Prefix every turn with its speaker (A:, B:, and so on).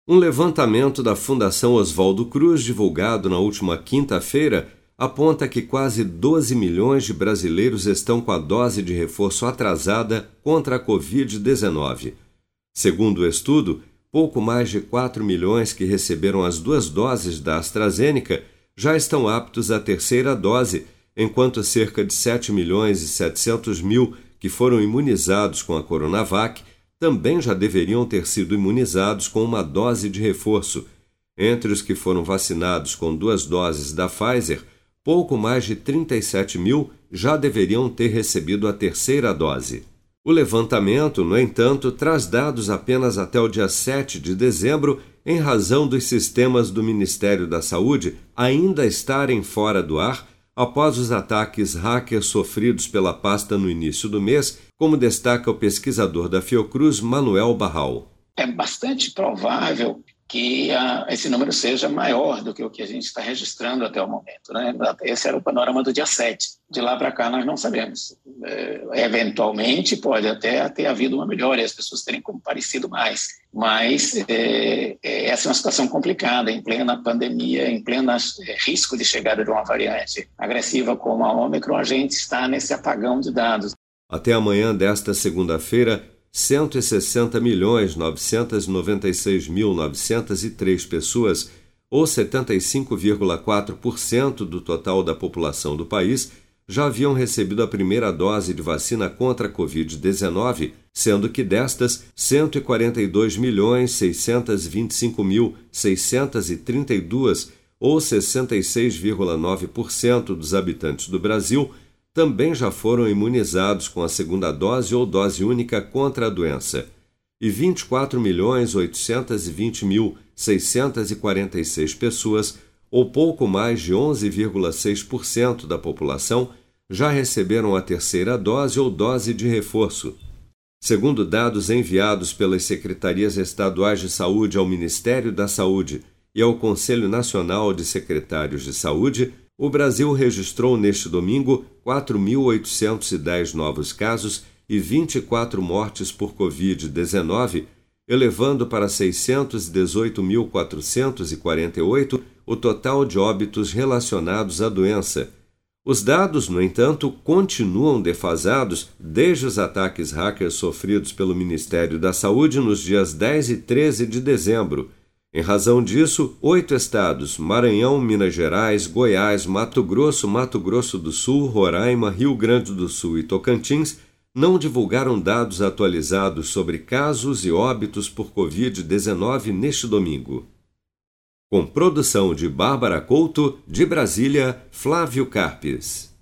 A: Um levantamento da Fundação Oswaldo Cruz, divulgado na última quinta-feira, aponta que quase 12 milhões de brasileiros estão com a dose de reforço atrasada contra a Covid-19. Segundo o estudo, pouco mais de 4 milhões que receberam as 2 doses da AstraZeneca já estão aptos à terceira dose, enquanto cerca de 7 milhões e 700 mil que foram imunizados com a Coronavac também já deveriam ter sido imunizados com uma dose de reforço. Entre os que foram vacinados com 2 doses da Pfizer, pouco mais de 37 mil já deveriam ter recebido a terceira dose. O levantamento, no entanto, traz dados apenas até o dia 7 de dezembro, em razão dos sistemas do Ministério da Saúde ainda estarem fora do ar após os ataques hackers sofridos pela pasta no início do mês, como destaca o pesquisador da Fiocruz, Manuel Barral.
B: É bastante provável que esse número seja maior do que o que a gente está registrando até o momento, né? Esse era o panorama do dia 7. De lá para cá nós não sabemos. Eventualmente pode até ter havido uma melhora e as pessoas terem comparecido mais, mas essa é uma situação complicada, em plena pandemia, em pleno risco de chegada de uma variante agressiva como a Ômicron, a gente está nesse apagão de dados.
A: Até amanhã desta segunda-feira, 160.996.903 pessoas, ou 75,4% do total da população do país, já haviam recebido a primeira dose de vacina contra a Covid-19, sendo que destas, 142.625.632, ou 66,9% dos habitantes do Brasil, também já foram imunizados com a segunda dose ou dose única contra a doença, e 24.820.646 pessoas, ou pouco mais de 11,6% da população, já receberam a terceira dose ou dose de reforço. Segundo dados enviados pelas Secretarias Estaduais de Saúde ao Ministério da Saúde e ao Conselho Nacional de Secretários de Saúde, o Brasil registrou neste domingo 4.810 novos casos e 24 mortes por Covid-19, elevando para 618.448 o total de óbitos relacionados à doença. Os dados, no entanto, continuam defasados desde os ataques hackers sofridos pelo Ministério da Saúde nos dias 10 e 13 de dezembro. Em razão disso, 8 estados, Maranhão, Minas Gerais, Goiás, Mato Grosso do Sul, Roraima, Rio Grande do Sul e Tocantins, não divulgaram dados atualizados sobre casos e óbitos por Covid-19 neste domingo. Com produção de Bárbara Couto, de Brasília, Flávio Carpes.